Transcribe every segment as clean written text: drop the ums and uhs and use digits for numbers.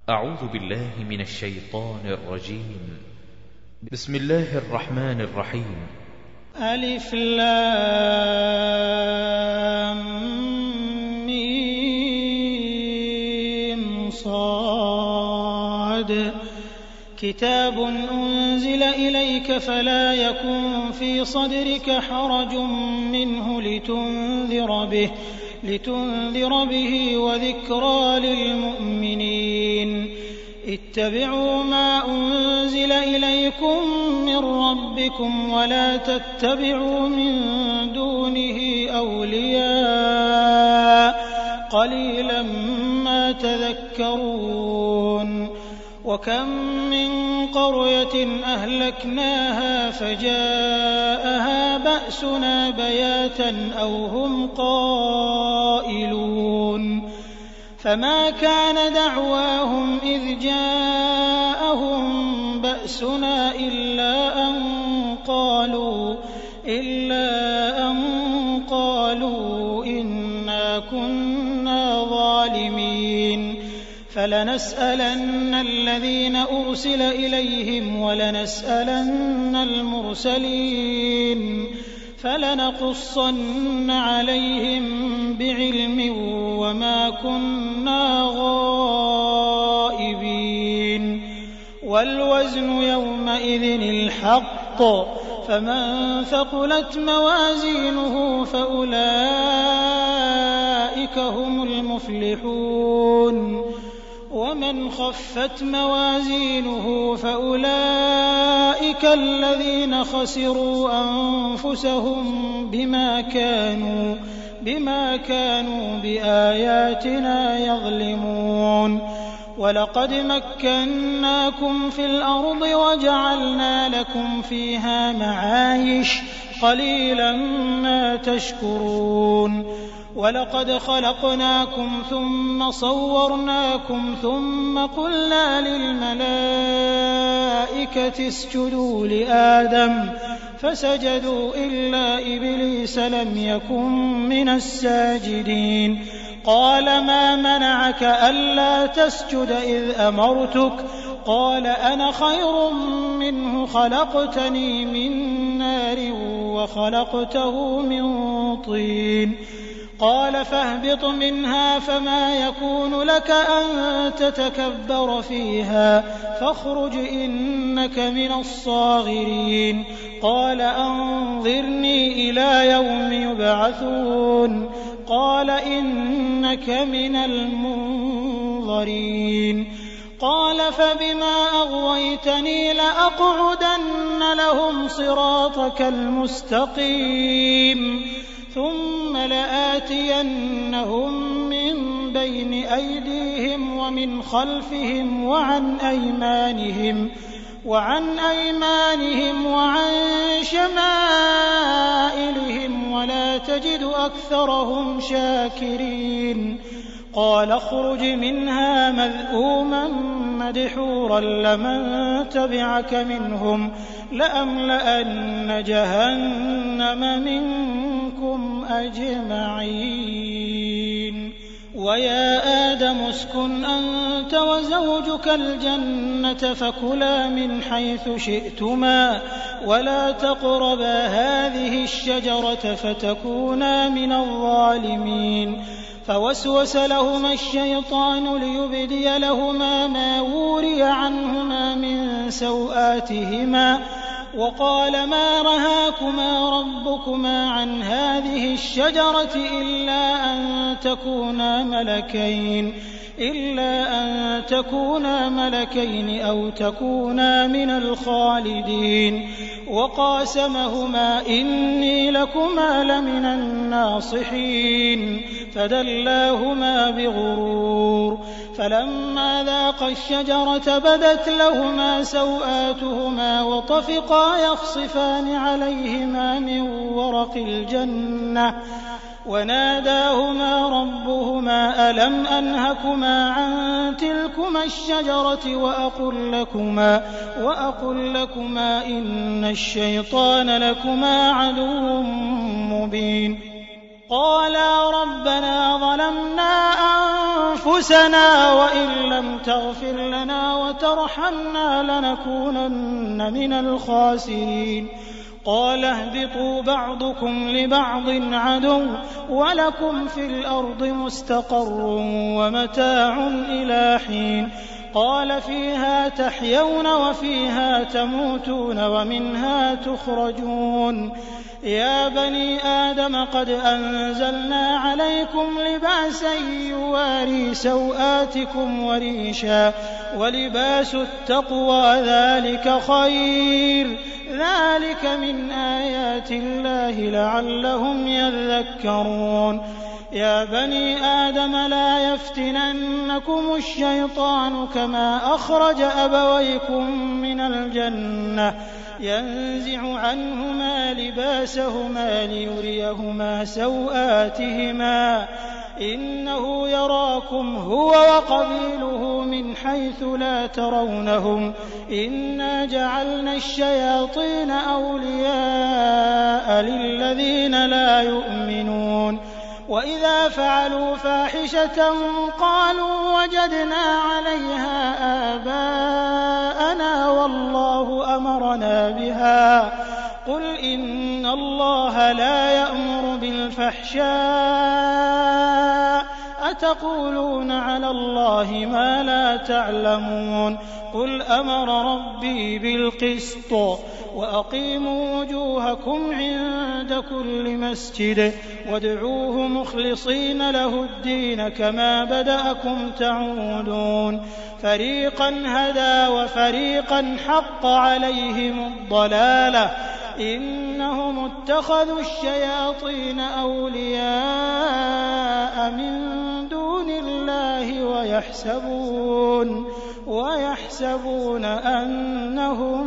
أعوذ بالله من الشيطان الرجيم. بسم الله الرحمن الرحيم. ألف لام ميم صاد كتاب أنزل إليك فلا يكن في صدرك حرج منه لتنذر به وذكرى للمؤمنين. اتبعوا ما أنزل إليكم من ربكم ولا تتبعوا من دونه أولياء قليلا ما تذكرون. وكم من قرية أهلكناها فجاءها بأسنا بياتا أو هم قائلون. فما كان دعواهم إذ جاءهم بأسنا إلا أن قالوا إنا كنا ظالمين. فلنسألن الذين أرسل إليهم ولنسألن المرسلين فلنقصن عليهم بعلم وما كنا غائبين. والوزن يومئذ الحق فمن ثقلت موازينه فأولئك هم المفلحون ومن خفت موازينه فأولئك الذين خسروا أنفسهم بما كانوا بآياتنا يظلمون. ولقد مكناكم في الأرض وجعلنا لكم فيها معايش قليلا ما تشكرون. ولقد خلقناكم ثم صورناكم ثم قلنا للملائكة اسجدوا لآدم فسجدوا إلا إبليس لم يكن من الساجدين. قال ما منعك ألا تسجد إذ أمرتك؟ قال أنا خير منه خلقتني من نار وخلقته من طين. قال فاهبط منها فما يكون لك أن تتكبر فيها فاخرج إنك من الصاغرين. قال أنظرني إلى يوم يبعثون. قال إنك من المنظرين. قال فبما أغويتني لأقعدن لهم صراطك المستقيم ثم لآتينهم من بين أيديهم ومن خلفهم وعن أيمانهم وعن شمائلهم ولا تجد أكثرهم شاكرين. قال اخرج منها مذءوما مدحورا لمن تبعك منهم لأملأن جهنم منكم أجمعين. ويا آدم اسكن أنت وزوجك الجنة فكلا من حيث شئتما ولا تقربا هذه الشجرة فتكونا من الظالمين. فوسوس لهما الشيطان ليبدي لهما ما وري عنهما من سوآتهما وقال ما نهاكما ربكما عن هذه الشجرة إلا أن تكونا ملكين أو تكونا من الخالدين. وقاسمهما إني لكما لمن الناصحين فدلاهما بغرور. فلما ذاقا الشجرة بدت لهما سوآتهما وطفقا يخصفان عليهما من ورق الجنة وناداهما ربهما ألم أنهكما عن تلكما الشجرة وأقل لكما إن الشيطان لكما عدو مبين. قالا ربنا ظلمنا أنفسنا وإن لم تغفر لنا وترحمنا لنكونن من الخاسرين قال اهبطوا بعضكم لبعض عدو ولكم في الأرض مستقر ومتاع إلى حين قال فيها تحيون وفيها تموتون ومنها تخرجون يا بني آدم قد أنزلنا عليكم لباسا يواري سوآتكم وريشا ولباس التقوى ذلك خير ذلك من آيات الله لعلهم يذكرون يا بني آدم لا يفتننكم الشيطان كما أخرج أبويكم من الجنة ينزع عنهما لباسهما ليريهما سوآتهما إنه يراكم هو وقبيله من حيث لا ترونهم إنا جعلنا الشياطين أولياء للذين لا يؤمنون وإذا فعلوا فاحشة قالوا وجدنا عليها آباءنا والله أمرنا بها قل إن الله لا يأمر بالفحشاء أتقولون على الله ما لا تعلمون قل أمر ربي بالقسط وأقيموا وجوهكم عند كل مسجد وادعوه مخلصين له الدين كما بدأكم تعودون فريقا هدى وفريقا حق عليهم الضلالة إنهم اتخذوا الشياطين أولياء من دون الله ويحسبون أنهم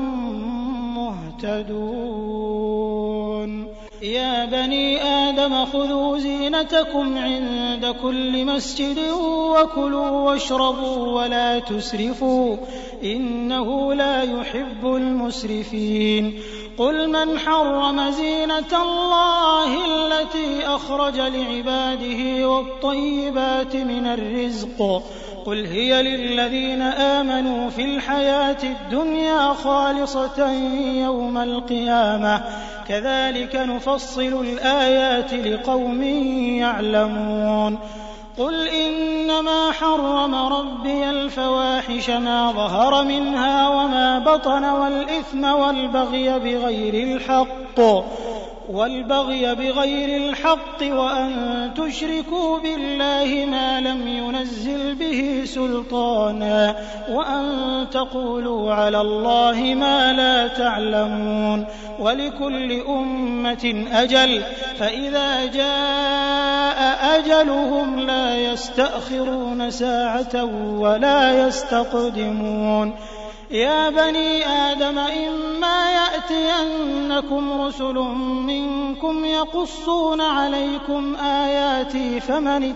مهتدون يا بني آدم خذوا زينتكم عند كل مسجد وكلوا واشربوا ولا تسرفوا إنه لا يحب المسرفين قل من حرم زينة الله التي أخرج لعباده والطيبات من الرزق قل هي للذين آمنوا في الحياة الدنيا خالصة يوم القيامة كذلك نفصل الآيات لقوم يعلمون قل إنما حرم ربي الفواحش ما ظهر منها وما بطن والإثم والبغي بغير الحق وأن تشركوا بالله ما لم ينزل به سلطانا وأن تقولوا على الله ما لا تعلمون ولكل أمة أجل فإذا جاء أجلهم لا يستأخرون ساعة ولا يستقدمون يا بني آدم إما يأتينكم رسل منكم يقصون عليكم آياتي فمن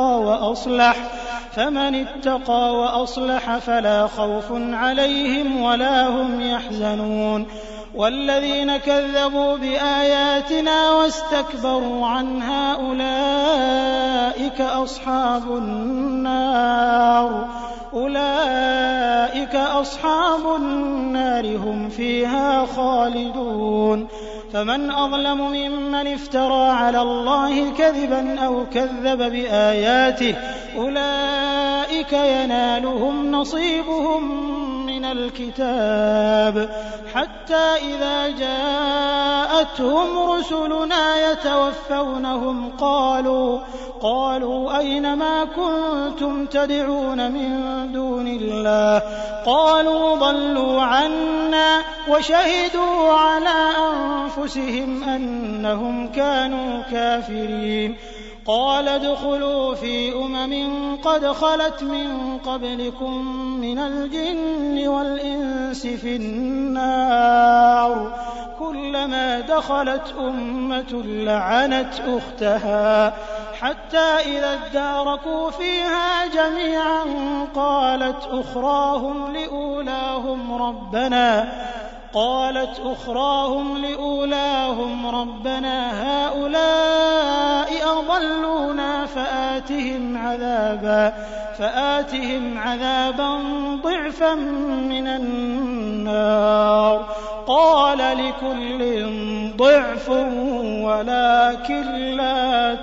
اتقى وأصلح فلا خوف عليهم ولا هم يحزنون والذين كذبوا بآياتنا واستكبروا عنها أولئك أصحاب النار هم فيها خالدون فمن أظلم ممن افترى على الله كذبا أو كذب بآياته أولئك ينالهم نصيبهم من الكتاب حتى إذا جاءتهم رسلنا يتوفونهم قالوا أين ما كنتم تدعون من دون الله قالوا ضلوا عنا وشهدوا على أنفسهم أنهم كانوا كافرين قال ادخلوا في قد خلت من قبلكم من الجن والإنس في النار كلما دخلت أمة لعنت أختها حتى إذا اداركوا فيها جميعا قالت أخراهم لأولاهم قالت أخراهم لأولاهم ربنا هؤلاء أضلونا فآتهم عذابا ضعفا من النار قال لكل ضعف ولكن لا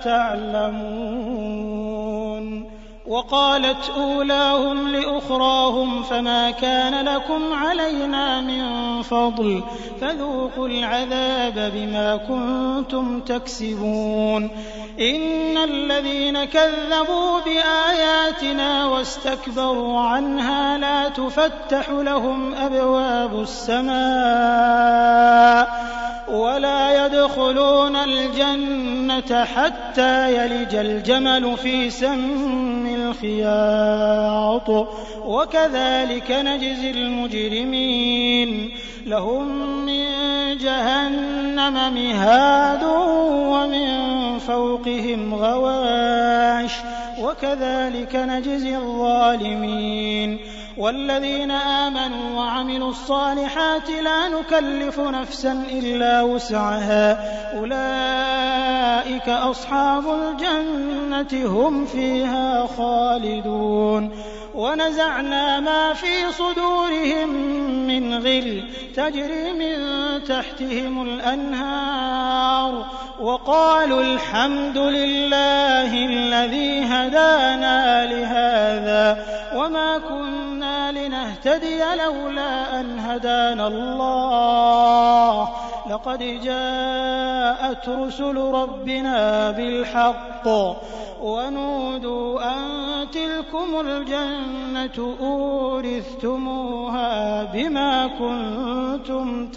تعلمون. وقالت أولاهم لأخراهم فما كان لكم علينا من فضل فذوقوا العذاب بما كنتم تكسبون. إن الذين كذبوا بآياتنا واستكبروا عنها لا تفتح لهم أبواب السماء ولا يدخلون الجنة حتى يلج الجمل في سم الخياط وكذلك نجزي المجرمين. لهم من جهنم مهاد ومن فوقهم غواش وكذلك نجزي الظالمين. والذين آمنوا وعملوا الصالحات لا نكلف نفسا إلا وسعها أولئك أصحاب الجنة هم فيها خالدون. ونزعنا ما في صدورهم من غل تجري من تحتهم الأنهار وقالوا الحمد لله الذي هدانا لهذا وما كنا لنهتدي لولا أن هدانا الله لقد جاءت رسل ربنا بالحق ونودوا أن تلكم الجنة أورثتموها بما كنتم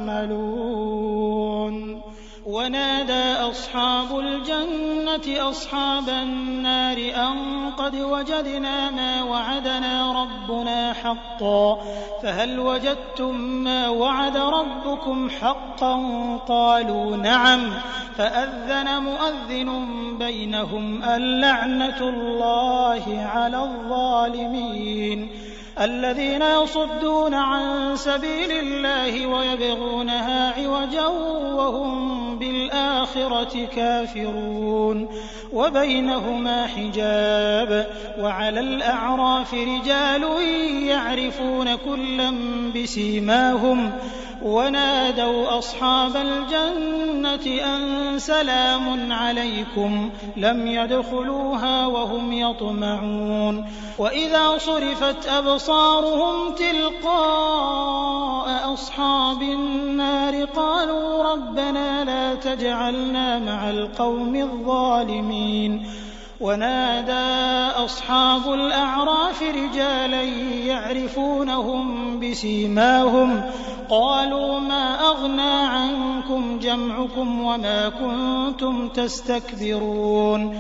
تعملون. ونادى أصحاب الجنة أصحاب النار أن قد وجدنا ما وعدنا ربنا حقا فهل وجدتم ما وعد ربكم حقا قالوا نعم فأذن مؤذن بينهم اللعنة الله على الظالمين. الذين يصدون عن سبيل الله ويبغونها عوجا وهم بالآخرة كافرون وبينهما حجاب. وعلى الأعراف رجال يعرفون كلا بسيماهم ونادوا أصحاب الجنة أن سلام عليكم لم يدخلوها وهم يطمعون. وإذا صرفت أبصارهم تلقاء أصحاب النار قالوا ربنا لا تجعلنا مع القوم الظالمين. ونادى أصحاب الأعراف رجالا يعرفونهم بسيماهم قالوا ما أغنى عنكم جمعكم وما كنتم تستكبرون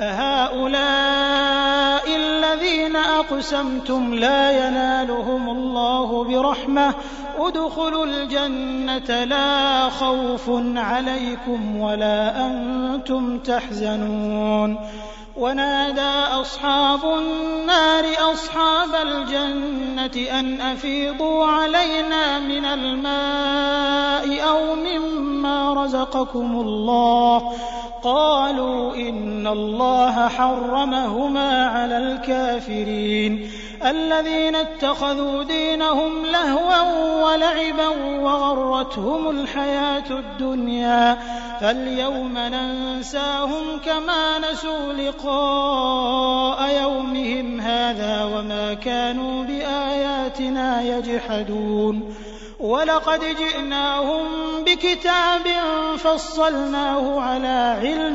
أهؤلاء الذين أقسمتم لا ينالهم الله برحمة ادخلوا الجنة لا خوف عليكم ولا أنتم تحزنون. ونادى أصحاب النار أصحاب الجنة أن أفيضوا علينا من الماء أو مما رزقكم الله قالوا إن الله حرمهما على الكافرين. الذين اتخذوا دينهم لهوا ولعبا وغرتهم الحياة الدنيا فاليوم ننساهم كما نسوا لقاء يومهم هذا وما كانوا بآياتنا يجحدون. ولقد جئناهم بكتاب فصلناه على علم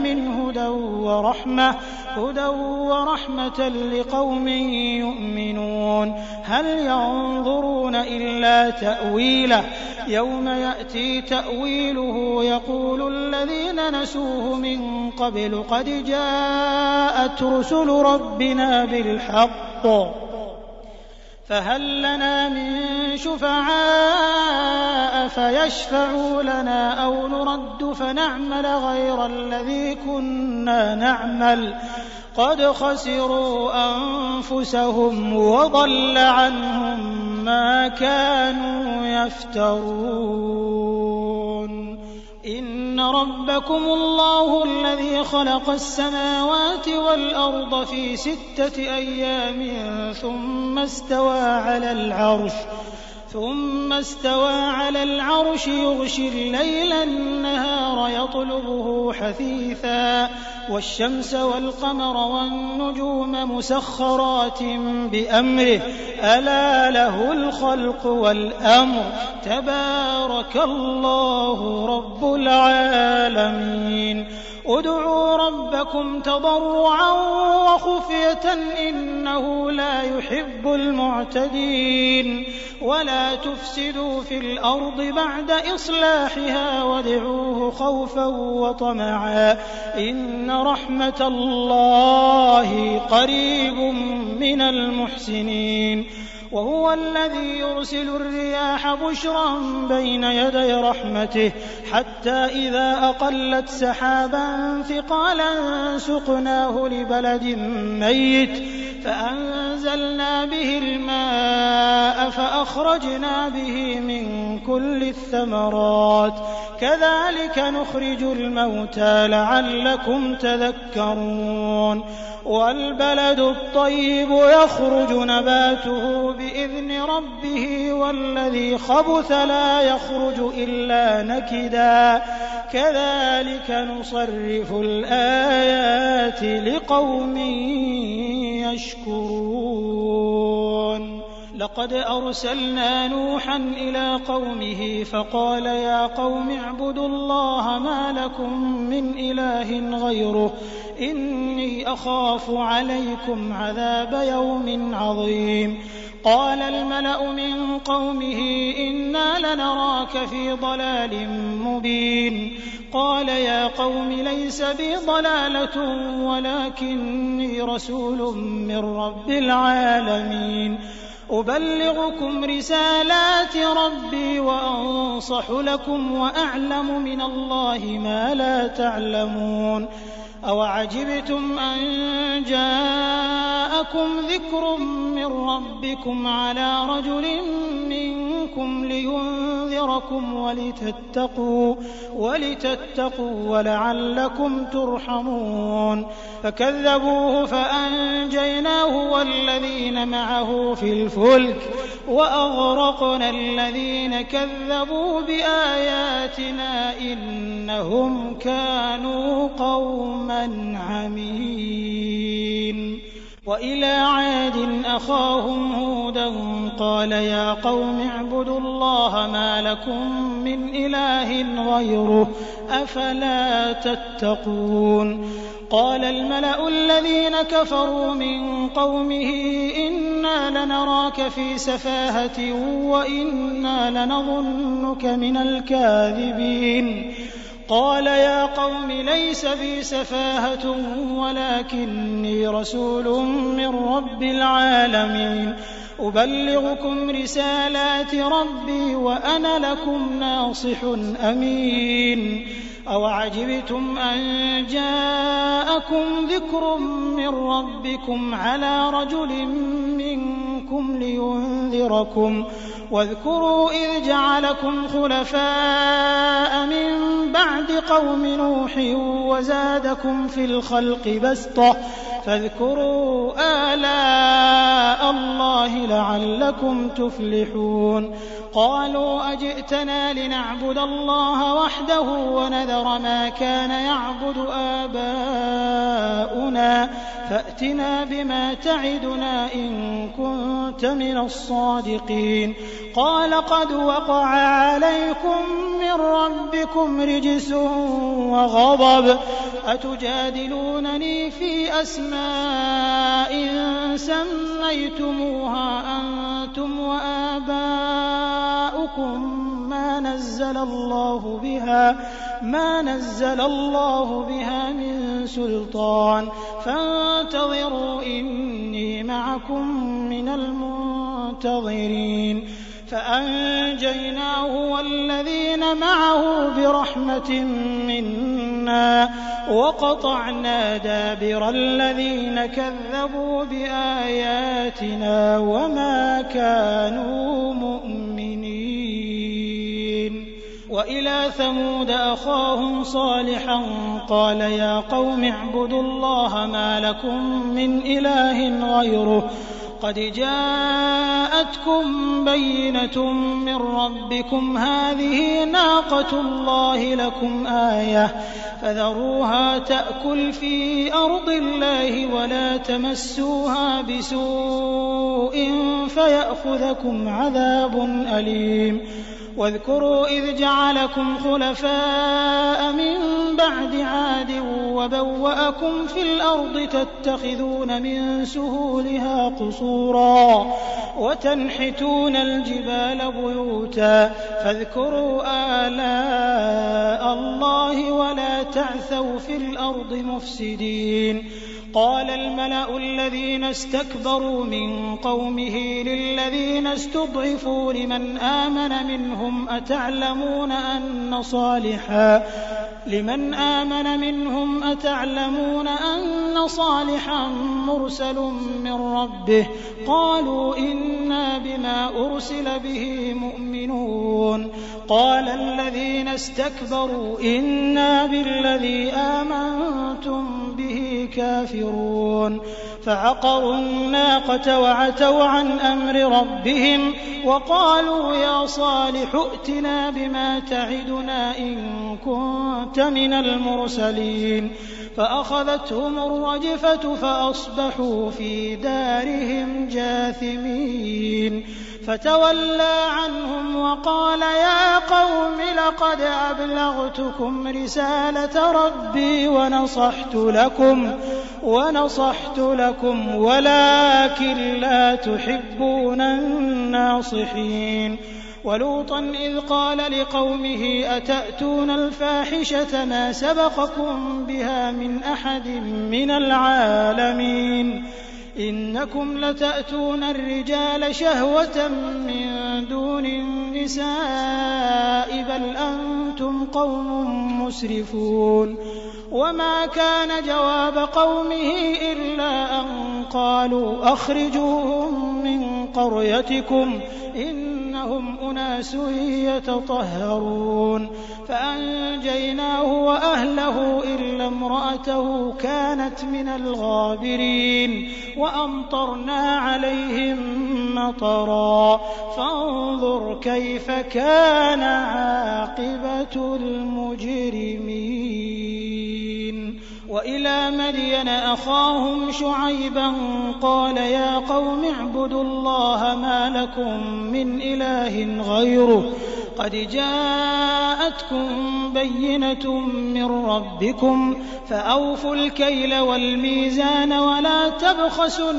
هدى ورحمة لقوم يؤمنون. هل ينظرون إلا تأويله يوم يأتي تأويله يقول الذين نسوه من قبل قد جاءت رسل ربنا بالحق فهل لنا من شفعاء فيشفعوا لنا أو نرد فنعمل غير الذي كنا نعمل قد خسروا أنفسهم وضل عنهم ما كانوا يفترون إن ربكم الله الذي خلق السماوات والأرض في 6 أيام ثم استوى على العرش يغشي الليل النهار يطلبه حثيثا والشمس والقمر والنجوم مسخرات بأمره ألا له الخلق والأمر تبارك الله رب العالمين ادعوا ربكم تضرعا وخفية إنه لا يحب المعتدين ولا تفسدوا في الأرض بعد إصلاحها وادعوه خوفا وطمعا إن رحمة الله قريب من المحسنين وهو الذي يرسل الرياح بشرا بين يدي رحمته حتى إذا أقلت سحابا ثقالا سقناه لبلد ميت فأنزلنا به الماء فأخرجنا به من كل الثمرات كذلك نخرج الموتى لعلكم تذكرون والبلد الطيب يخرج نباته بإذن ربه والذي خبث لا يخرج إلا نكدا كذلك نصرف الآيات لقوم يشكرون لقد أرسلنا نوحا إلى قومه فقال يا قوم اعبدوا الله ما لكم من إله غيره إني أخاف عليكم عذاب يوم عظيم قال الملأ من قومه إنا لنراك في ضلال مبين قال يا قوم ليس بي ضلالة ولكني رسول من رب العالمين أبلغكم رسالات ربي وأنصح لكم وأعلم من الله ما لا تعلمون أوعجبتم أن جاءكم ذكر من ربكم على رجل منكم لينذركم ولتتقوا ولعلكم ترحمون فكذبوه فأنجيناه والذين معه في الفلك وأغرقنا الذين كذبوا بآياتنا إنهم كانوا قوما عمين وإلى عاد أخاهم هودا قال يا قوم اعبدوا الله ما لكم من إله غيره أفلا تتقون قال الملأ الذين كفروا من قومه إنا لنراك في سفاهة وإنا لنظنك من الكاذبين قال يا قوم ليس بي سفاهة ولكني رسول من رب العالمين أبلغكم رسالات ربي وأنا لكم ناصح أمين أوعجبتم أن جاءكم ذكر من ربكم على رجل منكم لينذركم واذكروا إذ جعلكم خلفاء من بعد قوم نوح وزادكم في الخلق بسطة فاذكروا آلاء الله لعلكم تفلحون قالوا أجئتنا لنعبد الله وحده ونذر ما كان يعبد آباؤنا فأتنا بما تعدنا إن كنت من الصادقين قال قد وقع عليكم من ربكم رجس وغضب أتجادلونني في أسماء سميتموها أنتم وآباؤكم ما نزل الله بها من سلطان فانتظروا إني معكم من المنتظرين فأنجيناه والذين معه برحمة منا وقطعنا دابر الذين كذبوا بآياتنا وما كانوا وإلى ثمود أخاهم صالحا قال يا قوم اعبدوا الله ما لكم من إله غيره قد جاءتكم بينة من ربكم هذه ناقة الله لكم آية فذروها تأكل في أرض الله ولا تمسوها بسوء فيأخذكم عذاب أليم واذكروا إذ جعلكم خلفاء من بعد عاد وبوأكم في الأرض تتخذون من سهولها قصورا وتنحتون الجبال بيوتا فاذكروا آلاء الله ولا تعثوا في الأرض مفسدين قال الملأ الذين استكبروا من قومه للذين استضعفوا لمن آمن منهم أتعلمون أن صالحا مرسل من ربه قالوا إنا بما أرسل به مؤمنون قال الذين استكبروا إنا بالذي آمنتم به كافرون فعقروا الناقة وعتوا عن أمر ربهم وقالوا يا صالح ائتنا بما تعدنا إن كنت من المرسلين فأخذتهم الرجفة فأصبحوا في دارهم جاثمين فتولى عنهم وقال يا قوم لقد أبلغتكم رسالة ربي ونصحت لكم ولكن لا تحبون الناصحين ولوطا إذ قال لقومه أتأتون الفاحشة ما سبقكم بها من أحد من العالمين إنكم لتأتون الرجال شهوة من دون النساء بل أنتم قوم مسرفون وما كان جواب قومه إلا أن قالوا أخرجوهم من قريتكم إنهم أناس يتطهرون فأنجيناه وأهله إلا امرأته كانت من الغابرين وأمطرنا عليهم مطرا فانظر كيف كان عاقبة المجرمين وإلى مدين أخاهم شعيبا قال يا قوم اعبدوا الله ما لكم من إله غيره قد جاءتكم بينة من ربكم فأوفوا الكيل والميزان ولا تبخسوا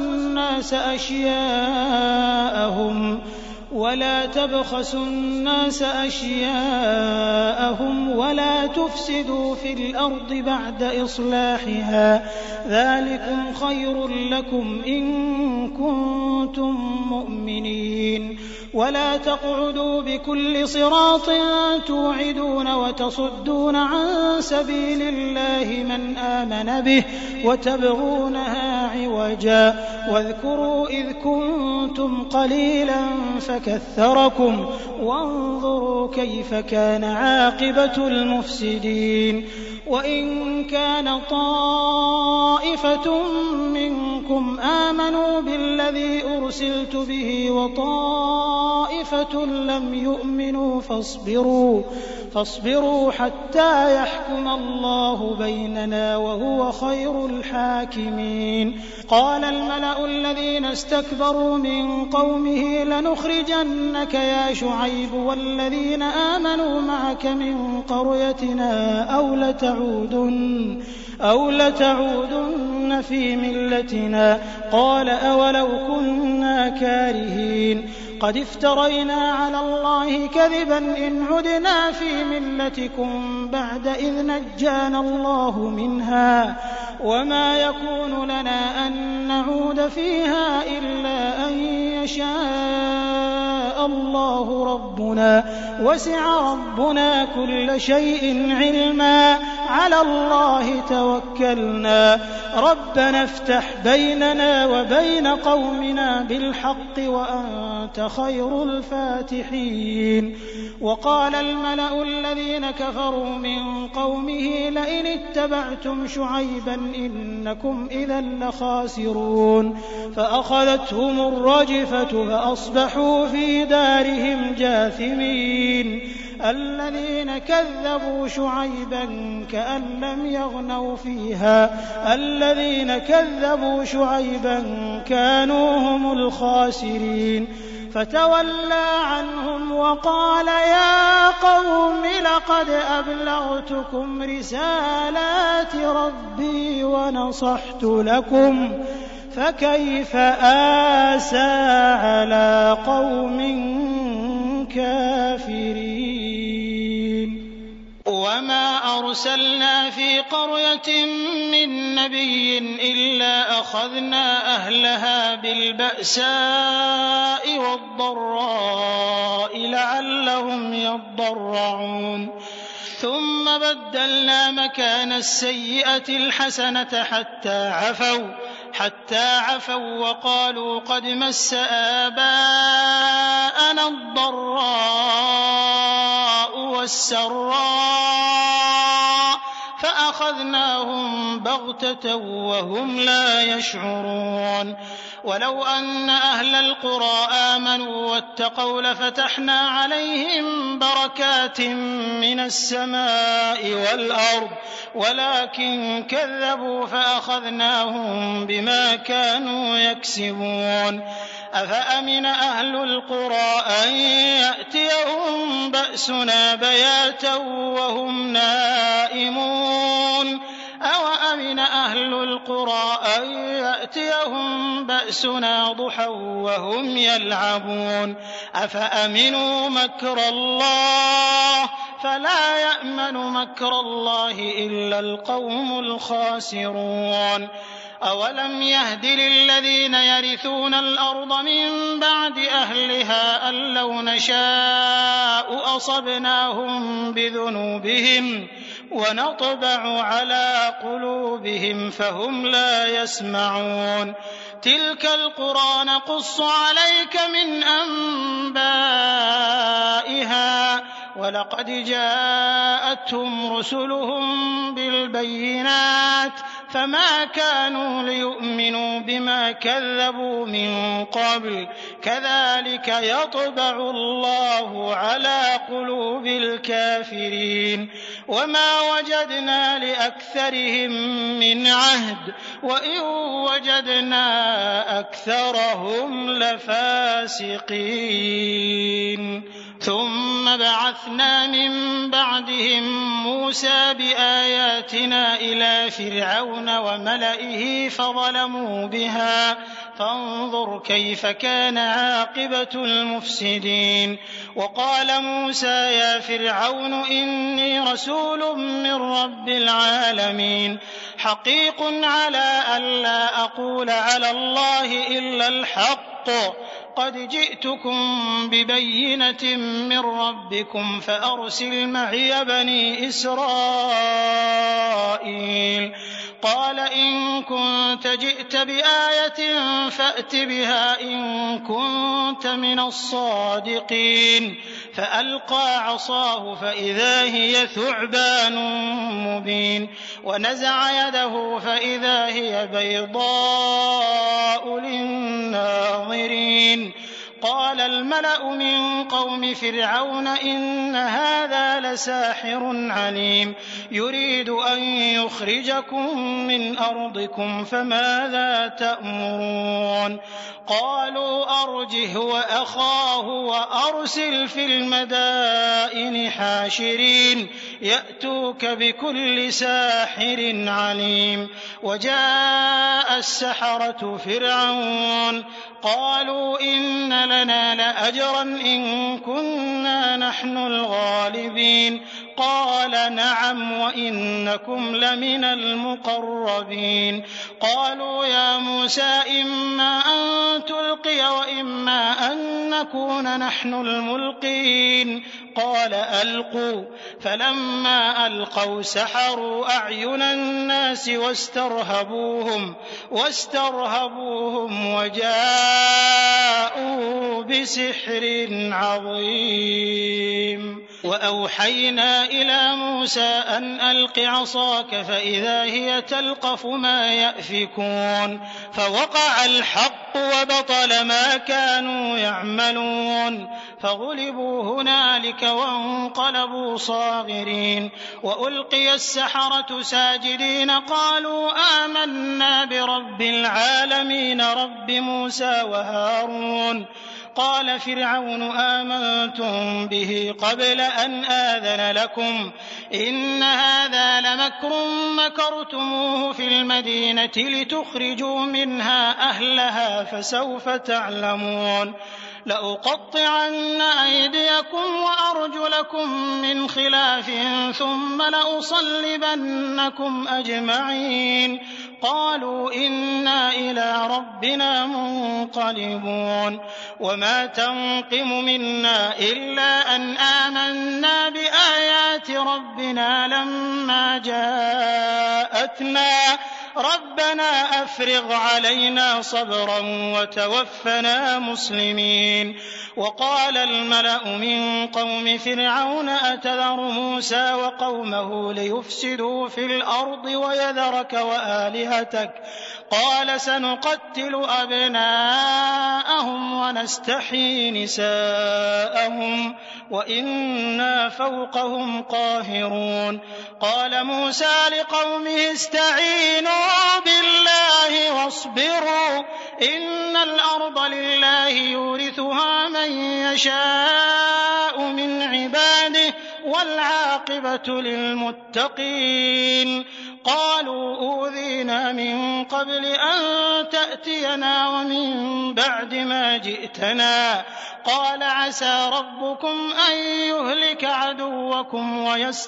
الناس أشياءهم ولا تفسدوا في الأرض بعد إصلاحها ذلكم خير لكم إن كنتم مؤمنين ولا تقعدوا بكل صراط توعدون وتصدون عن سبيل الله من آمن به وتبغونها عوجا واذكروا إذ كنتم قليلا فكثركم وانظروا كيف كان عاقبة المفسدين وإن كان طائفة منكم آمنوا بالذي أرسلت به وطائفة لم يؤمنوا فاصبروا حتى يحكم الله بيننا وهو خير الحاكمين قال الملأ الذين استكبروا من قومه لنخرجنك يا شعيب والذين آمنوا معك من قريتنا أو لتعودن في ملتنا قال أولو كنا كارهين قد افترينا على الله كذبا إن عدنا في ملتكم بعد إذ نجانا الله منها وما يكون لنا أن نعود فيها إلا أن يشاء الله ربنا وسع ربنا كل شيء علما على الله توكلنا ربنا افتح بيننا وبين قومنا بالحق وأنت خير الفاتحين. وقال الملأ الذين كفروا من قومه لئن اتبعتم شعيبا إنكم إذا لخاسرون فأخذتهم الرجفة فأصبحوا في دارهم جاثمين. الذين كذبوا شعيبا كأن لم يغنوا فيها الذين كذبوا شعيبا كانوا هم الخاسرين. فتولى عنهم وقال يا قوم لقد أبلغتكم رسالات ربي ونصحت لكم فكيف آسى على قوم كافرين. وما أرسلنا في قرية من نبي إلا أخذنا أهلها بالبأساء والضراء لعلهم يضرعون ثم بدلنا مكان السيئة الحسنة حتى عفوا وقالوا قد مس آباءنا الضراء والسراء فأخذناهم بغتة وهم لا يشعرون. ولو أن أهل القرى آمنوا واتقوا لفتحنا عليهم بركات من السماء والأرض ولكن كذبوا فأخذناهم بما كانوا يكسبون. أفأمن أهل القرى أن يأتيهم بأسنا بياتا وهم نائمون أوأمن أهل القرى أن يأتيهم بأسنا ضحى وهم يلعبون أفأمنوا مكر الله فلا يأمن مكر الله إلا القوم الخاسرون. أولم يهد للذين يرثون الأرض من بعد أهلها أن لو نشاء أصبناهم بذنوبهم ونطبع على قلوبهم فهم لا يسمعون. تلك القرى نقص عليك من أنبائها ولقد جاءتهم رسلهم بالبينات فما كانوا ليؤمنوا بما كذبوا من قبل كذلك يطبع الله على قلوب الكافرين. وما وجدنا لأكثرهم من عهد وإن وجدنا أكثرهم لفاسقين. ثم بعثنا من بعدهم موسى بآياتنا إلى فرعون وملئه فظلموا بها فانظر كيف كان عاقبة المفسدين. وقال موسى يا فرعون إني رسول من رب العالمين حقيق على ألا أقول على الله إلا الحق قد جئتكم ببينة من ربكم فأرسل معي بني إسرائيل. قال إن كنت جئت بآية فأت بها إن كنت من الصادقين. فألقى عصاه فإذا هي ثعبان مبين ونزع يده فإذا هي بيضاء للناظرين. قال الملأ من قوم فرعون إن هذا لساحر عليم يريد أن يخرجكم من أرضكم فماذا تأمرون. قالوا أرجه وأخاه وأرسل في المدائن حاشرين يأتوك بكل ساحر عليم. وجاء السحرة فرعون قالوا إن لنا لأجرا إن كنا نحن الغالبين. قال نعم وإنكم لمن المقربين قالوا يا موسى إما أن تلقي وإما أن نكون نحن الملقين قال ألقوا فلما ألقوا سحروا أعين الناس واسترهبوهم وجاءوا بسحر عظيم وأوحينا إلى موسى أن ألق عصاك فإذا هي تلقف ما يأفكون فوقع الحق وبطل ما كانوا يعملون فغلبوا هنالك وانقلبوا صاغرين وألقي السحرة ساجدين قالوا آمنا برب العالمين رب موسى وهارون قال فرعون آمنتم به قبل أن آذن لكم إن هذا لمكر مكرتموه في المدينة لتخرجوا منها أهلها فسوف تعلمون لأقطعن أيديكم وأرجلكم من خلاف ثم لأصلبنكم أجمعين قالوا إنا إلى ربنا منقلبون وما تنقم منا إلا أن آمنا بآيات ربنا لما جاءتنا ربنا أفرغ علينا صبرا وتوفنا مسلمين وقال الملأ من قوم فرعون أتذر موسى وقومه ليفسدوا في الأرض ويذرك وآلهتك قال سنقتل أبناءهم ونستحيي نساءهم وإنا فوقهم قاهرون قال موسى لقومه استعينوا بالله واصبروا إن الأرض لله يورثها من يشاء من عباده والعاقبة للمتقين قالوا أوذينا من قبل أن تأتينا ومن بعد ما جئتنا قال عسى ربكم أن يهلك عدوكم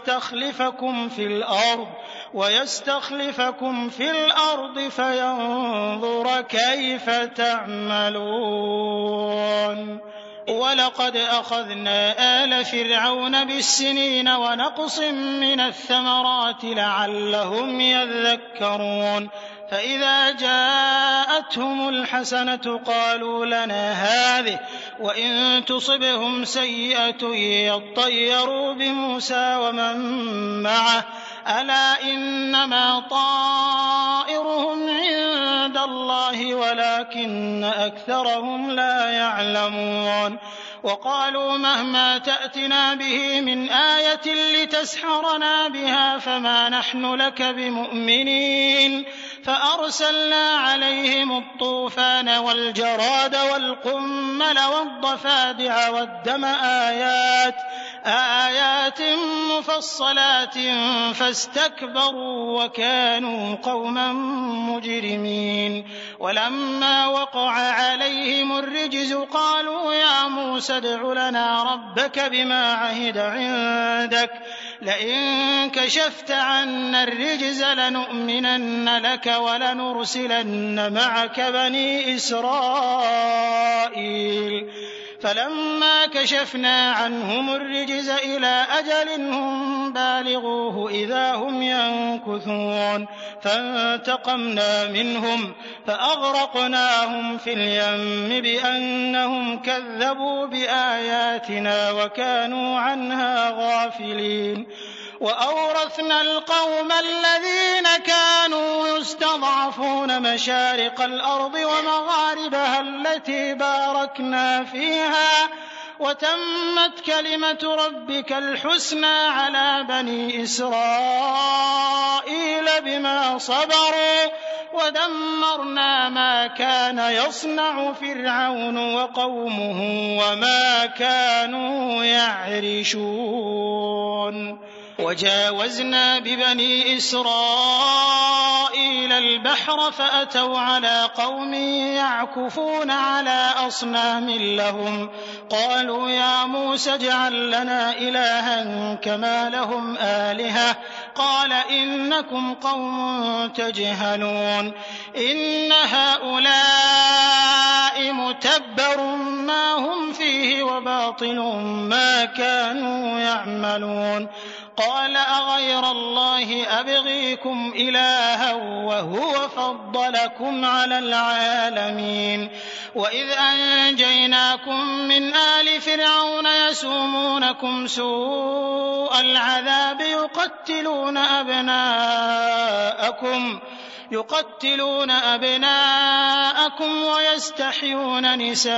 ويستخلفكم في الأرض فينظر كيف تعملون ولقد أخذنا آل فرعون بالسنين ونقص من الثمرات لعلهم يذكرون فإذا جاءتهم الحسنة قالوا لنا هذه وإن تصبهم سيئة يطيروا بموسى ومن معه ألا إنما طائرهم عند الله ولكن أكثرهم لا يعلمون وقالوا مهما تأتنا به من آية لتسحرنا بها فما نحن لك بمؤمنين فأرسلنا عليهم الطوفان والجراد والقمل والضفادع والدم آيات مفصلات فاستكبروا وكانوا قوما مجرمين ولما وقع عليهم الرجز قالوا يا موسى ادع لنا ربك بما عهد عندك لئن كشفت عنا الرجز لنؤمنن لك ولنرسلن معك بني إسرائيل فلما كشفنا عنهم الرجز إلى أجل هم بالغوه إذا هم ينكثون فانتقمنا منهم فأغرقناهم في اليم بأنهم كذبوا بآياتنا وكانوا عنها غافلين وأورثنا القوم الذين كانوا يستضعفون مشارق الأرض ومغاربها التي باركنا فيها وتمت كلمة ربك الحسنى على بني إسرائيل بما صبروا ودمرنا ما كان يصنع فرعون وقومه وما كانوا يعرشون وجاوزنا ببني إسرائيل البحر فأتوا على قوم يعكفون على أصنام لهم قالوا يا موسى اجعل لنا إلها كما لهم آلهة قال إنكم قوم تجهلون إن هؤلاء متبر ما هم فيه وباطل ما كانوا يعملون قال أغير الله أبغيكم إلها وهو فضلكم على العالمين وإذ أنجيناكم من آل فرعون يسومونكم سوء العذاب يقتلون أبناءكم ويستحيون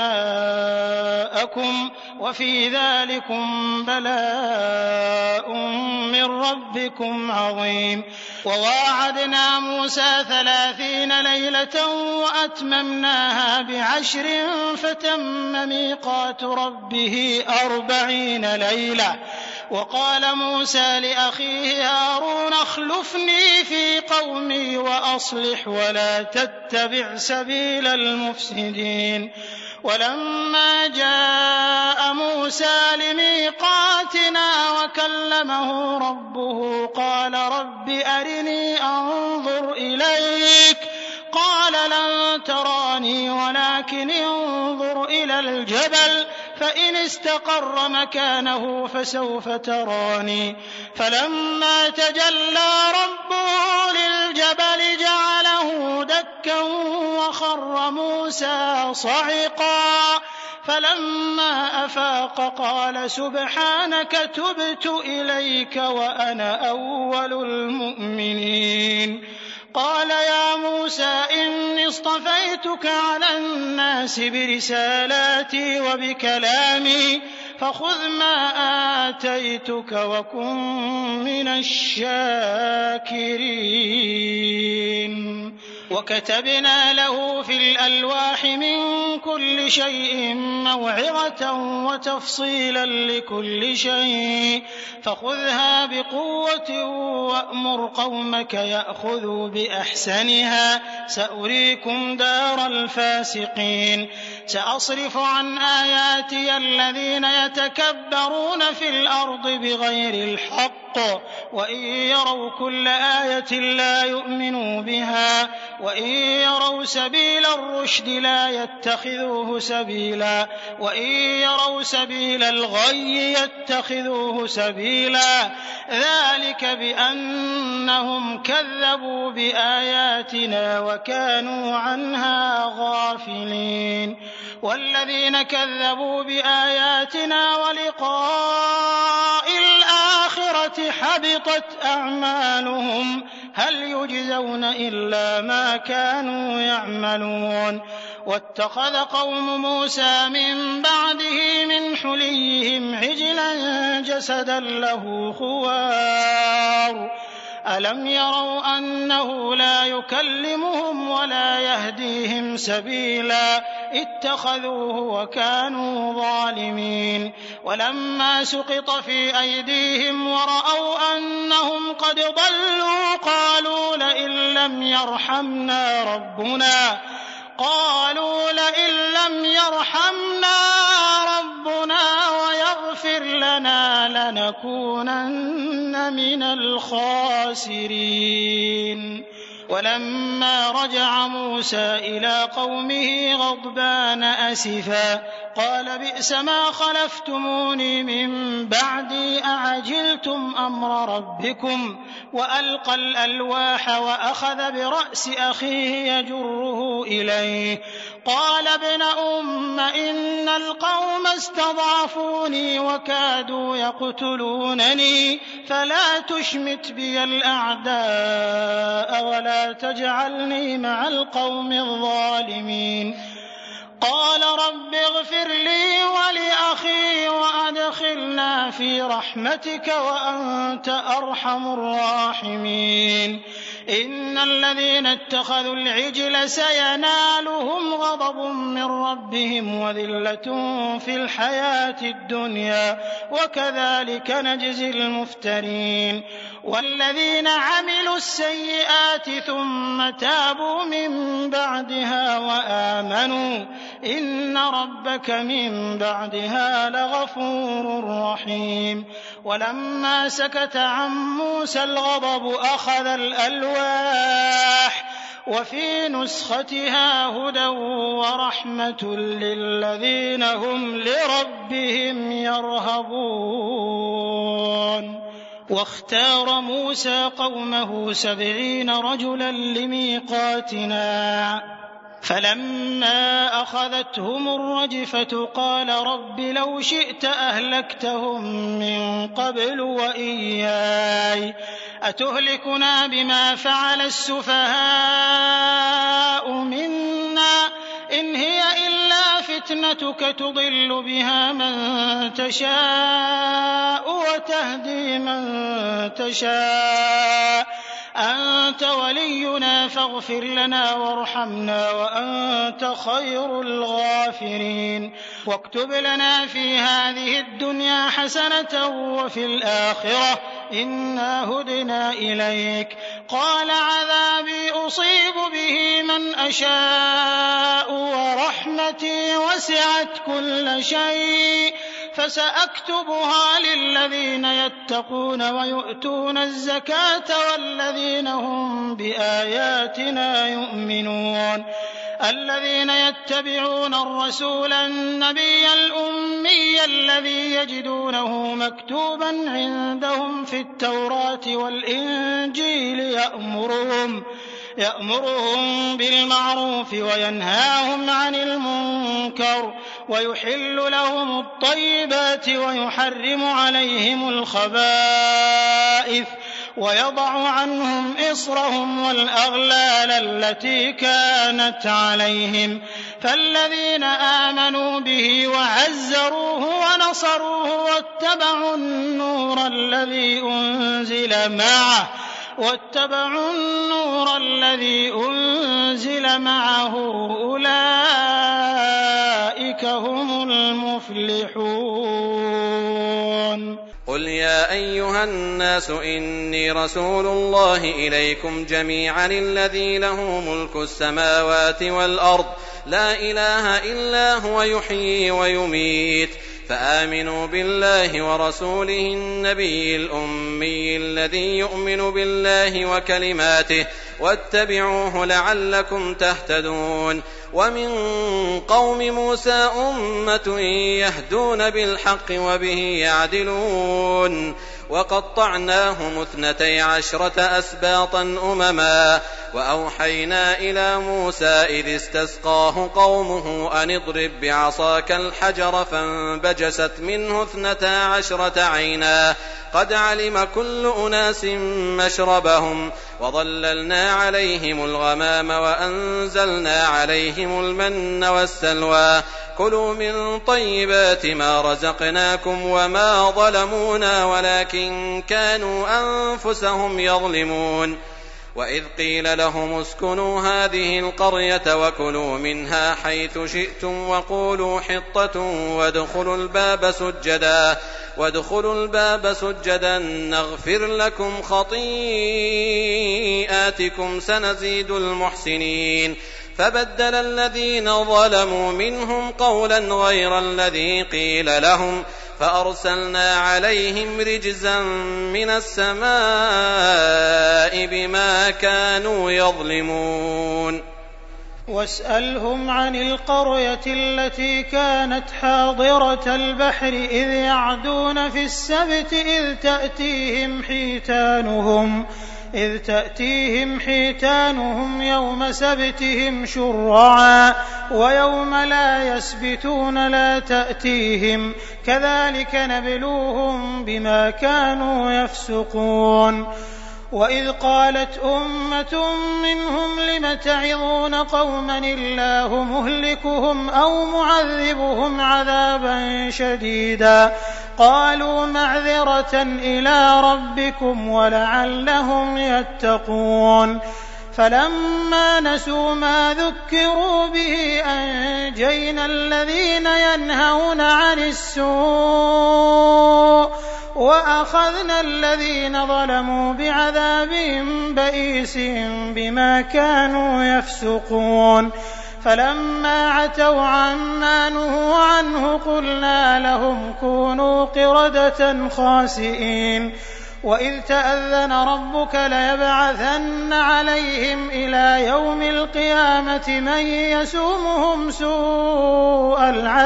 نساءكم وفي ذلكم بلاء من ربكم عظيم وواعدنا موسى 30 ليلة وأتممناها ب10 فتم ميقات ربه 40 ليلة وقال موسى لأخيه هارون اخلفني في قومي وأصلح ولا تتبع سبيل المفسدين ولما جاء موسى لميقاتنا وكلمه ربه قال رب أرني أنظر إليك قال لن تراني ولكن انظر إلى الجبل فإن استقر مكانه فسوف تراني فلما تجلى ربه للجبل جعله دكا وخر موسى صعقا فلما أفاق قال سبحانك تبت إليك وأنا أول المؤمنين قال يا موسى إني اصطفيتك على الناس برسالاتي وبكلامي فخذ ما آتيتك وكن من الشاكرين وكتبنا له في الألواح من كل شيء موعظة وتفصيلا لكل شيء فخذها بقوة وأمر قومك يأخذوا بأحسنها سأريكم دار الفاسقين سأصرف عن آياتي الذين يتكبرون في الأرض بغير الحق وإن يروا كل آية لا يؤمنوا بها وإن يروا سبيل الرشد لا يتخذوه سبيلا وإن يروا سبيل الغي يتخذوه سبيلا ذلك بأنهم كذبوا بآياتنا وكانوا عنها غافلين والذين كذبوا بآياتنا ولقاء الآخرة حبطت أعمالهم هل يجزون إلا ما كانوا يعملون واتخذ قوم موسى من بعده من حليهم عجلا جسدا له خوار ألم يروا أنه لا يكلمهم ولا يهديهم سبيلا اتخذوه وكانوا ظالمين ولما سقط في أيديهم ورأوا أنهم قد ضلوا قالوا لئن لم يرحمنا ربنا ويغفر لنا لنكونن من الخاسرين ولما رجع موسى إلى قومه غضبان أسفا قال بئس ما خلفتموني من بعدي أعجلتم أمر ربكم وألقى الألواح وأخذ برأس أخيه يجره إليه قال ابن أم إن القوم استضعفوني وكادوا يقتلونني فلا تشمت بي الأعداء ولا تجعلني مع القوم الظالمين قال رب اغفر لي ولأخي وأدخلنا في رحمتك وأنت أرحم الراحمين إن الذين اتخذوا العجل سينالهم غضب من ربهم وذلة في الحياة الدنيا وكذلك نجزي المفترين والذين عملوا السيئات ثم تابوا من بعدها وآمنوا إن ربك من بعدها لغفور رحيم ولما سكت عن موسى الغضب أخذ الألواح وفي نسختها هدى ورحمة للذين هم لربهم يرهبون واختار موسى قومه 70 رجلا لميقاتنا فلما أخذتهم الرجفة قال رب لو شئت أهلكتهم من قبل وإياي أتهلكنا بما فعل السفهاء منا إن هي إلا فتنتك تضل بها من تشاء وتهدي من تشاء أنت ولينا فاغفر لنا وارحمنا وأنت خير الغافرين واكتب لنا في هذه الدنيا حسنة وفي الآخرة إنا هدنا إليك قال عذابي أصيب به من أشاء ورحمتي وسعت كل شيء فسأكتبها للذين يتقون ويؤتون الزكاة والذين هم بآياتنا يؤمنون الذين يتبعون الرسول النبي الأمي الذي يجدونه مكتوبا عندهم في التوراة والإنجيل يأمرهم بالمعروف وينهاهم عن المنكر ويحل لهم الطيبات ويحرم عليهم الخبائث ويضع عنهم إصرهم والأغلال التي كانت عليهم فالذين آمنوا به وعزروه ونصروه واتبعوا النور الذي أنزل معه أولئك هم المفلحون قل يا أيها الناس إني رسول الله إليكم جميعا الذي له ملك السماوات والأرض لا إله إلا هو يحيي ويميت فآمنوا بالله ورسوله النبي الأمي الذي يؤمن بالله وكلماته واتبعوه لعلكم تهتدون ومن قوم موسى أمة يهدون بالحق وبه يعدلون وقطعناهم 12 أسباطا أمما وأوحينا إلى موسى إذ استسقاه قومه أن اضرب بعصاك الحجر فانبجست منه 12 عينا قد علم كل أناس مشربهم وظللنا عليهم الغمام وأنزلنا عليهم المن والسلوى كلوا من طيبات ما رزقناكم وما ظلمونا ولكن كانوا أنفسهم يظلمون وإذ قيل لهم اسكنوا هذه القرية وكلوا منها حيث شئتم وقولوا حطة وادخلوا الباب سجدا نغفر لكم خطيئاتكم سنزيد المحسنين فبدل الذين ظلموا منهم قولا غير الذي قيل لهم فأرسلنا عليهم رجزا من السماء بما كانوا يظلمون واسألهم عن القرية التي كانت حاضرة البحر إذ يعدون في السبت إذ تأتيهم حيتانهم يوم سبتهم شرعا ويوم لا يسبتون لا تأتيهم كذلك نبلوهم بما كانوا يفسقون وإذ قالت أمة منهم لم تعظون قوما الله مهلكهم أو معذبهم عذابا شديدا قالوا معذرة إلى ربكم ولعلهم يتقون. فلما نسوا ما ذكروا به أنجينا الذين ينهون عن السوء وأخذنا الذين ظلموا بعذاب بئيس بما كانوا يفسقون. فلما عتوا عما نهوا عنه قلنا لهم كونوا قردة خاسئين. وإذ تأذن ربك ليبعثن عليهم إلى يوم القيامة من يسومهم سوء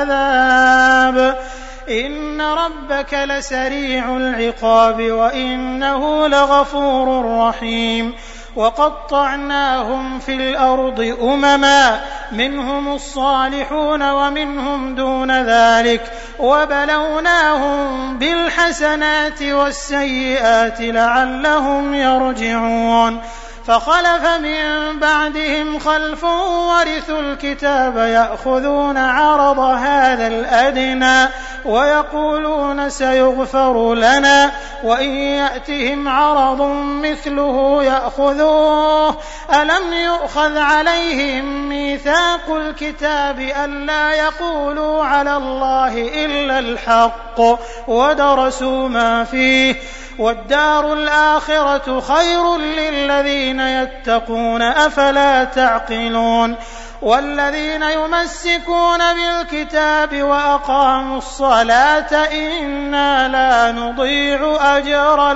العذاب إن ربك لسريع العقاب وإنه لغفور رحيم. وقطعناهم في الأرض أمما منهم الصالحون ومنهم دون ذلك وبلوناهم بالحسنات والسيئات لعلهم يرجعون. فخلف من بعدهم خلف ورثوا الكتاب يأخذون عرض هذا الأدنى ويقولون سيغفر لنا وإن يأتهم عرض مثله يأخذوه. ألم يؤخذ عليهم ميثاق الكتاب ألا يقولوا على الله إلا الحق ودرسوا ما فيه والدار الآخرة خير للذين يتقون أفلا تعقلون. والذين يمسكون بالكتاب وأقاموا الصلاة إنا لا نضيع أجر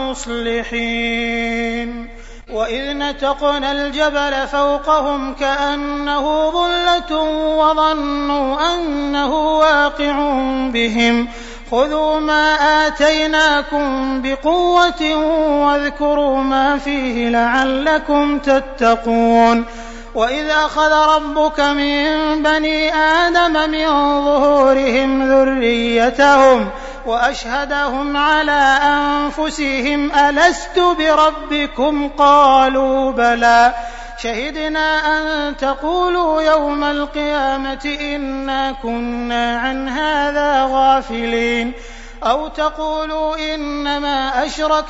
المصلحين. وإذ نتقنا الجبل فوقهم كأنه ظلة وظنوا أنه واقع بهم خذوا ما آتيناكم بقوة واذكروا ما فيه لعلكم تتقون. وإذ أخذ ربك من بني آدم من ظهورهم ذريتهم وأشهدهم على أنفسهم ألست بربكم قالوا بلى شهدنا أن تقولوا يوم القيامة إنا كنا عن هذا غافلين أو تقولوا إنما أشرك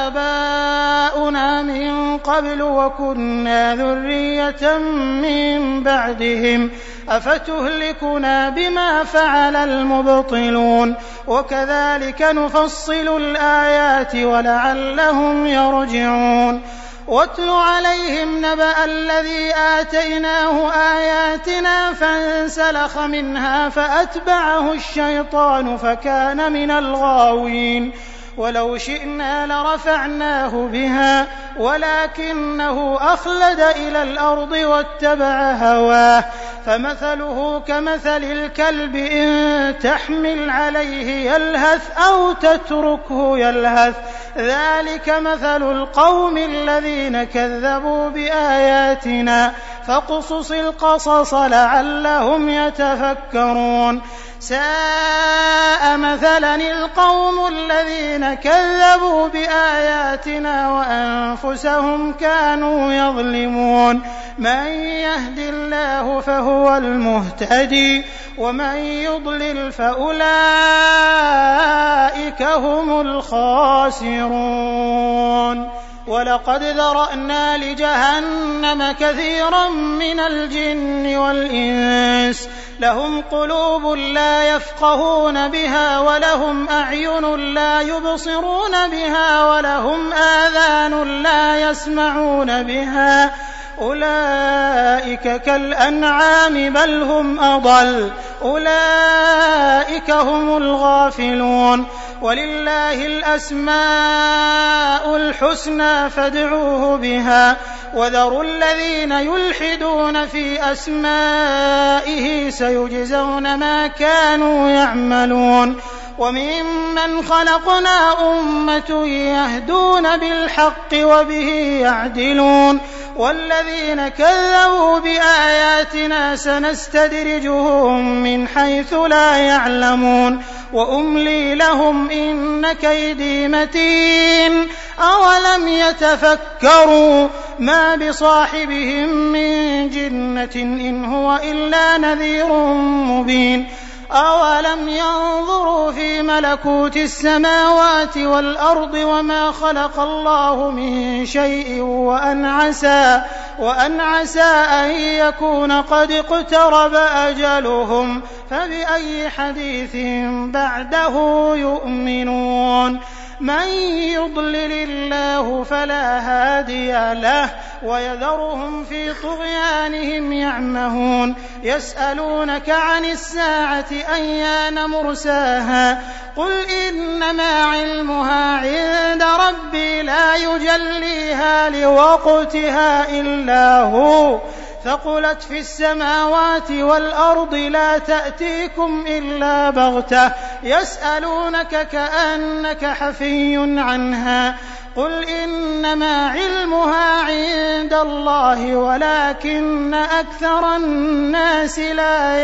آباؤنا من قبل وكنا ذرية من بعدهم أفتهلكنا بما فعل المبطلون وكذلك نفصل الآيات ولعلهم يرجعون. واتل عليهم نبأ الذي آتيناه آياتنا فانسلخ منها فأتبعه الشيطان فكان من الغاوين. ولو شئنا لرفعناه بها ولكنه أخلد إلى الأرض واتبع هواه فمثله كمثل الكلب إن تحمل عليه يلهث أو تتركه يلهث ذلك مثل القوم الذين كذبوا بآياتنا فاقصص القصص لعلهم يتفكرون. ساء مثلا القوم الذين كذبوا بآياتنا وأنفسهم كانوا يظلمون. من يهد الله فهو المهتدي ومن يضلل فأولئك هم الخاسرون. ولقد ذرأنا لجهنم كثيرا من الجن والإنس لهم قلوب لا يفقهون بها ولهم أعين لا يبصرون بها ولهم آذان لا يسمعون بها أولئك كالأنعام بل هم أضل أولئك هم الغافلون. ولله الأسماء الحسنى فادعوه بها وذروا الذين يلحدون في أسمائه سيجزون ما كانوا يعملون. وممن خلقنا أمة يهدون بالحق وبه يعدلون. والذين كذبوا بآياتنا سنستدرجهم من حيث لا يعلمون وأملي لهم إن كيدي متين. أولم يتفكروا ما بصاحبهم من جنة إن هو إلا نذير مبين. أولم ينظروا في ملكوت السماوات والأرض وما خلق الله من شيء وأن عسى أن يكون قد اقترب أجلهم فبأي حديث بعده يؤمنون من يضلل الله فلا هادي له ويذرهم في طغيانهم يعمهون يسألونك عن الساعة أيان مرساها قل إنما علمها عند ربي لا يجليها لوقتها إلا هو ثقلت في السماوات والأرض لا تأتيكم إلا بغتة يسألونك كأنك حفي عنها قل إنما علمها عند الله ولكن أكثر الناس لا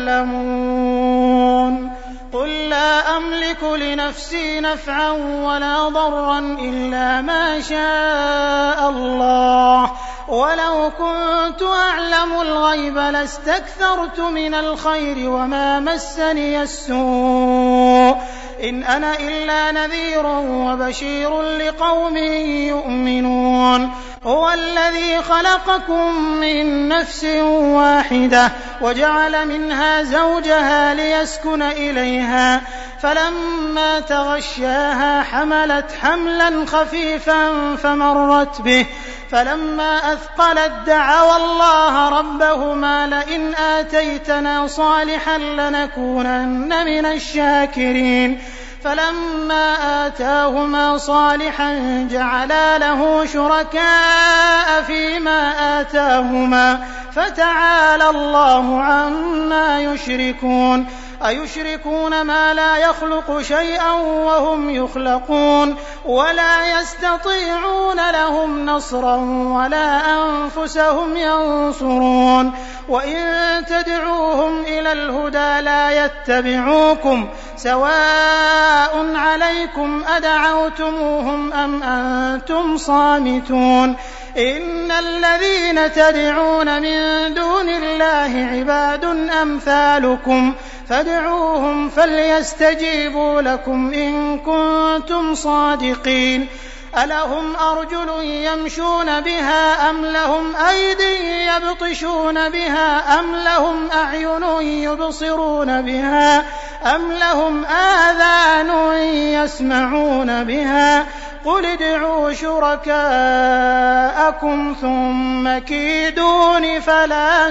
يعلمون قل لا أملك لنفسي نفعا ولا ضرا إلا ما شاء الله ولو كنت أعلم الغيب لاستكثرت من الخير وما مسني السوء إن أنا إلا نذير وبشير لقوم يؤمنون هو الذي خلقكم من نفس واحدة وجعل منها زوجها ليسكن إليها فلما تغشاها حملت حملا خفيفا فمرت به فلما أثقلت دعوا الله ربهما لئن آتيتنا صالحا لنكونن من الشاكرين فلما آتاهما صالحا جعلا له شركاء فيما آتاهما فتعالى الله عما يشركون أيشركون ما لا يخلق شيئا وهم يخلقون ولا يستطيعون لهم نصرا ولا أنفسهم ينصرون وإن تدعوهم إلى الهدى لا يتبعوكم سواء عليكم أدعوتموهم أم أنتم صامتون إن الذين تدعون من دون الله عباد أمثالكم فادعوهم فليستجيبوا لكم إن كنتم صادقين ألهم أرجل يمشون بها أم لهم أيدي يبطشون بها أم لهم أعين يبصرون بها أم لهم آذان يسمعون بها قل ادعوا شركاءكم ثم كيدون فلا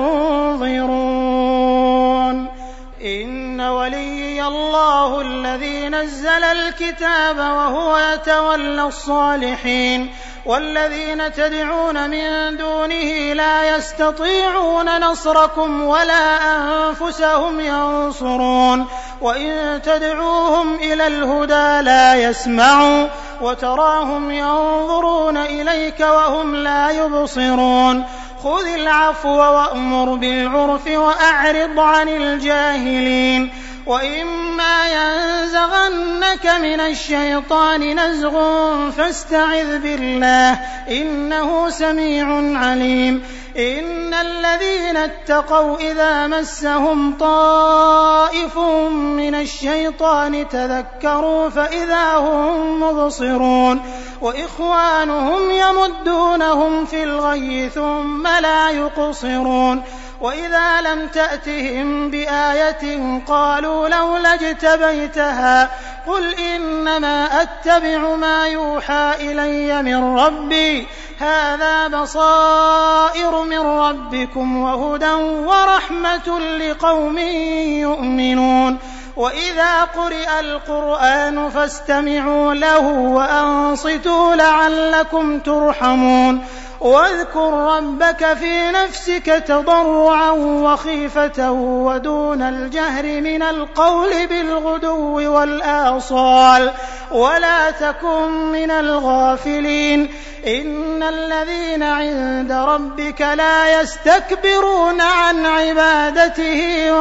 تنظرون إن وليي الله الذي نزل الكتاب وهو يتولى الصالحين والذين تدعون من دونه لا يستطيعون نصركم ولا أنفسهم ينصرون وإن تدعوهم إلى الهدى لا يسمعوا وتراهم ينظرون إليك وهم لا يبصرون خذ العفو وأمر بالعرف وأعرض عن الجاهلين وإما ينزغنك من الشيطان نزغ فاستعذ بالله إنه سميع عليم إن الذين اتقوا إذا مسهم طائف من الشيطان تذكروا فإذا هم مبصرون وإخوانهم يمدونهم في الغي ثم لا يقصرون وإذا لم تأتهم بآية قالوا لولا اجتبيتها قل إنما أتبع ما يوحى إلي من ربي هذا بصائر من ربكم وهدى ورحمة لقوم يؤمنون وإذا قرئ القرآن فاستمعوا له وأنصتوا لعلكم ترحمون واذكر ربك في نفسك تضرعا وخيفة ودون الجهر من القول بالغدو والآصال ولا تكن من الغافلين إن الذين عند ربك لا يستكبرون عن عبادته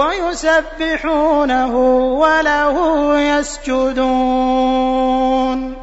ويسبحونه وله يسجدون